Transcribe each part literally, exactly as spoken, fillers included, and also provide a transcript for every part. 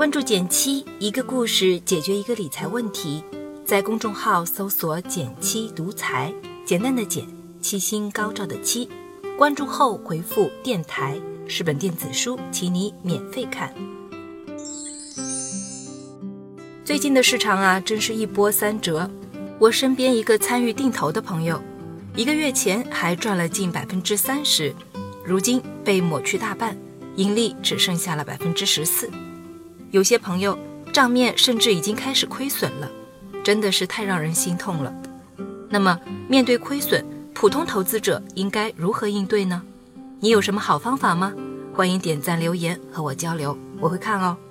关注简七，一个故事解决一个理财问题。在公众号搜索简七独裁，简单的简，七星高照的七。关注后回复电台，是本电子书，请你免费看。最近的市场啊，真是一波三折。我身边一个参与定投的朋友，一个月前还赚了近百分之三十，如今被抹去大半，盈利只剩下了百分之十四。有些朋友账面甚至已经开始亏损了，真的是太让人心痛了。那么面对亏损，普通投资者应该如何应对呢？你有什么好方法吗？欢迎点赞留言和我交流，我会看哦。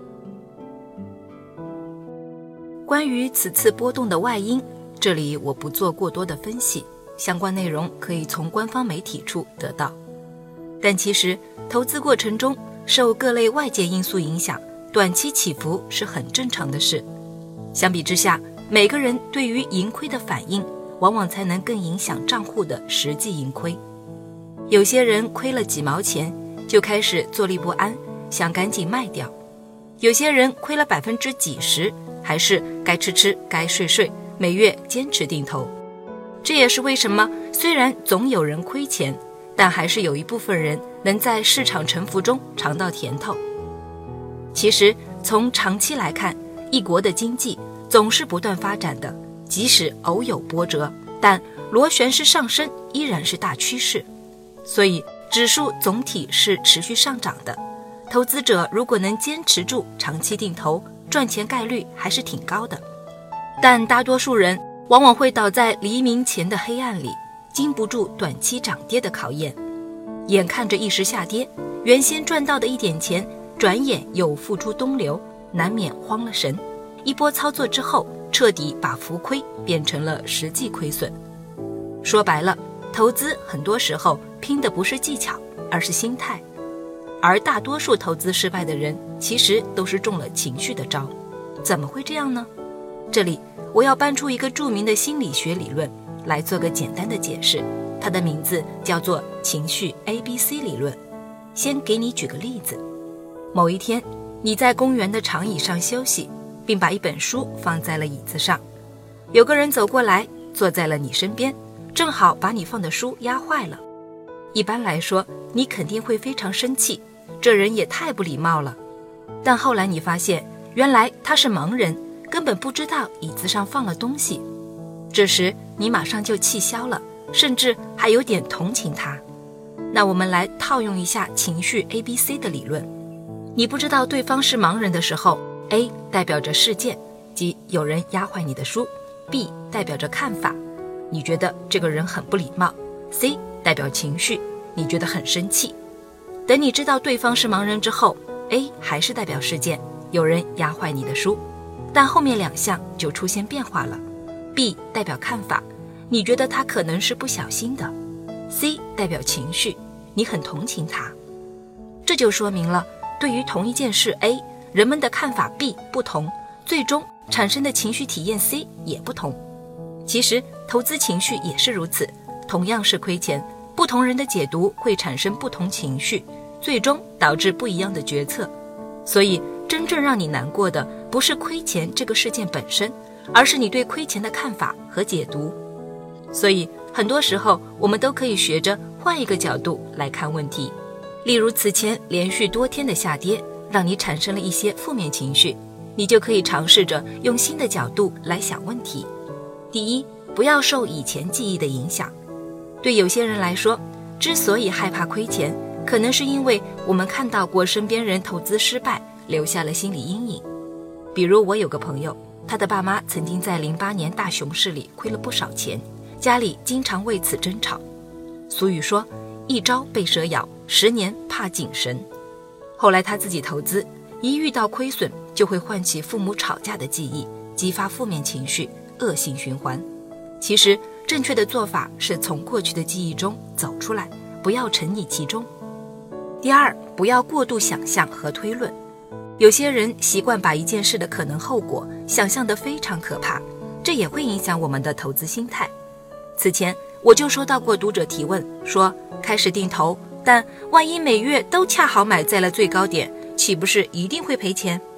关于此次波动的外因，这里我不做过多的分析，相关内容可以从官方媒体处得到。但其实投资过程中受各类外界因素影响，短期起伏是很正常的事。相比之下，每个人对于盈亏的反应往往才能更影响账户的实际盈亏。有些人亏了几毛钱就开始坐立不安，想赶紧卖掉；有些人亏了百分之几十，还是该吃吃该睡睡，每月坚持定投。这也是为什么虽然总有人亏钱，但还是有一部分人能在市场沉浮中尝到甜头。其实从长期来看，一国的经济总是不断发展的，即使偶有波折，但螺旋式上升依然是大趋势。所以指数总体是持续上涨的，投资者如果能坚持住长期定投，赚钱概率还是挺高的。但大多数人往往会倒在黎明前的黑暗里，经不住短期涨跌的考验。眼看着一时下跌，原先赚到的一点钱转眼又付出东流，难免慌了神。一波操作之后，彻底把浮亏变成了实际亏损。说白了，投资很多时候拼的不是技巧，而是心态。而大多数投资失败的人，其实都是中了情绪的招。怎么会这样呢？这里我要搬出一个著名的心理学理论来做个简单的解释，它的名字叫做情绪 A B C 理论。先给你举个例子，某一天你在公园的长椅上休息，并把一本书放在了椅子上，有个人走过来坐在了你身边，正好把你放的书压坏了。一般来说你肯定会非常生气，这人也太不礼貌了。但后来你发现，原来他是盲人，根本不知道椅子上放了东西。这时你马上就气消了，甚至还有点同情他。那我们来套用一下情绪 A B C 的理论。你不知道对方是盲人的时候， A 代表着事件，即有人压坏你的书； B 代表着看法，你觉得这个人很不礼貌； C 代表情绪，你觉得很生气。等你知道对方是盲人之后， A 还是代表事件，有人压坏你的书，但后面两项就出现变化了。 B 代表看法，你觉得他可能是不小心的； C 代表情绪，你很同情他。这就说明了，对于同一件事 A， 人们的看法 B 不同，最终产生的情绪体验 C 也不同。其实投资情绪也是如此，同样是亏钱，不同人的解读会产生不同情绪，最终导致不一样的决策。所以真正让你难过的不是亏钱这个事件本身，而是你对亏钱的看法和解读。所以很多时候我们都可以学着换一个角度来看问题。例如此前连续多天的下跌让你产生了一些负面情绪，你就可以尝试着用新的角度来想问题。第一，不要受以前记忆的影响。对有些人来说，之所以害怕亏钱，可能是因为我们看到过身边人投资失败，留下了心理阴影。比如我有个朋友，他的爸妈曾经在零八年大熊市里亏了不少钱，家里经常为此争吵。俗语说，一朝被蛇咬，十年怕井绳。后来他自己投资，一遇到亏损就会唤起父母吵架的记忆，激发负面情绪，恶性循环。其实正确的做法是从过去的记忆中走出来，不要沉溺其中。第二，不要过度想象和推论。有些人习惯把一件事的可能后果想象得非常可怕，这也会影响我们的投资心态。此前我就收到过读者提问，说开始定投，但万一每月都恰好买在了最高点，岂不是一定会赔钱？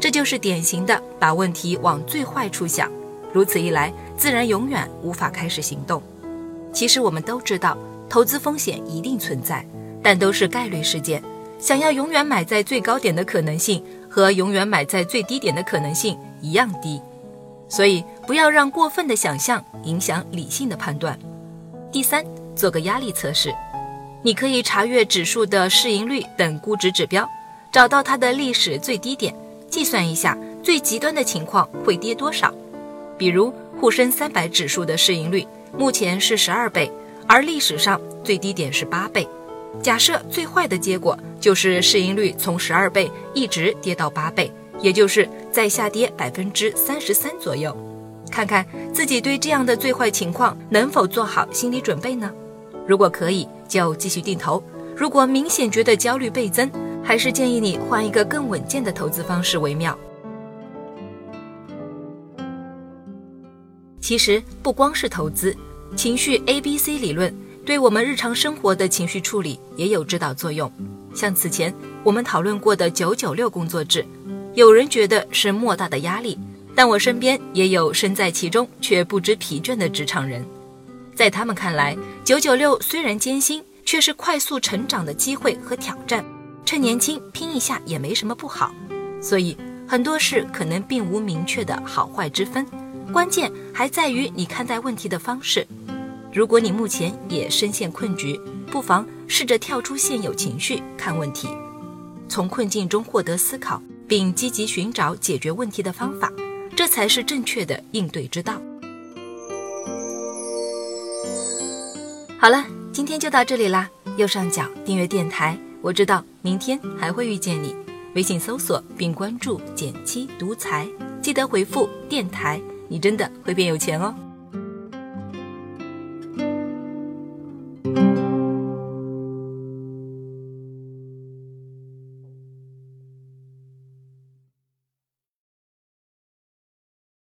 这就是典型的把问题往最坏处想，如此一来，自然永远无法开始行动。其实我们都知道，投资风险一定存在，但都是概率事件。想要永远买在最高点的可能性和永远买在最低点的可能性一样低，所以不要让过分的想象影响理性的判断。第三，做个压力测试。你可以查阅指数的市盈率等估值指标，找到它的历史最低点，计算一下最极端的情况会跌多少。比如沪深三百指数的市盈率目前是十二倍，而历史上最低点是八倍。假设最坏的结果就是市盈率从十二倍一直跌到八倍，也就是再下跌 百分之三十三 左右。看看自己对这样的最坏情况能否做好心理准备呢？如果可以，就继续定投；如果明显觉得焦虑倍增，还是建议你换一个更稳健的投资方式为妙。其实不光是投资，情绪 A B C 理论对我们日常生活的情绪处理也有指导作用。像此前我们讨论过的九九六工作制，有人觉得是莫大的压力，但我身边也有身在其中却不知疲倦的职场人。在他们看来，九九六虽然艰辛，却是快速成长的机会和挑战，趁年轻拼一下也没什么不好。所以很多事可能并无明确的好坏之分，关键还在于你看待问题的方式。如果你目前也深陷困局，不妨试着跳出现有情绪看问题，从困境中获得思考，并积极寻找解决问题的方法，这才是正确的应对之道。好了，今天就到这里啦。右上角订阅电台，我知道明天还会遇见你。微信搜索并关注减七独裁，记得回复电台，你真的会变有钱哦。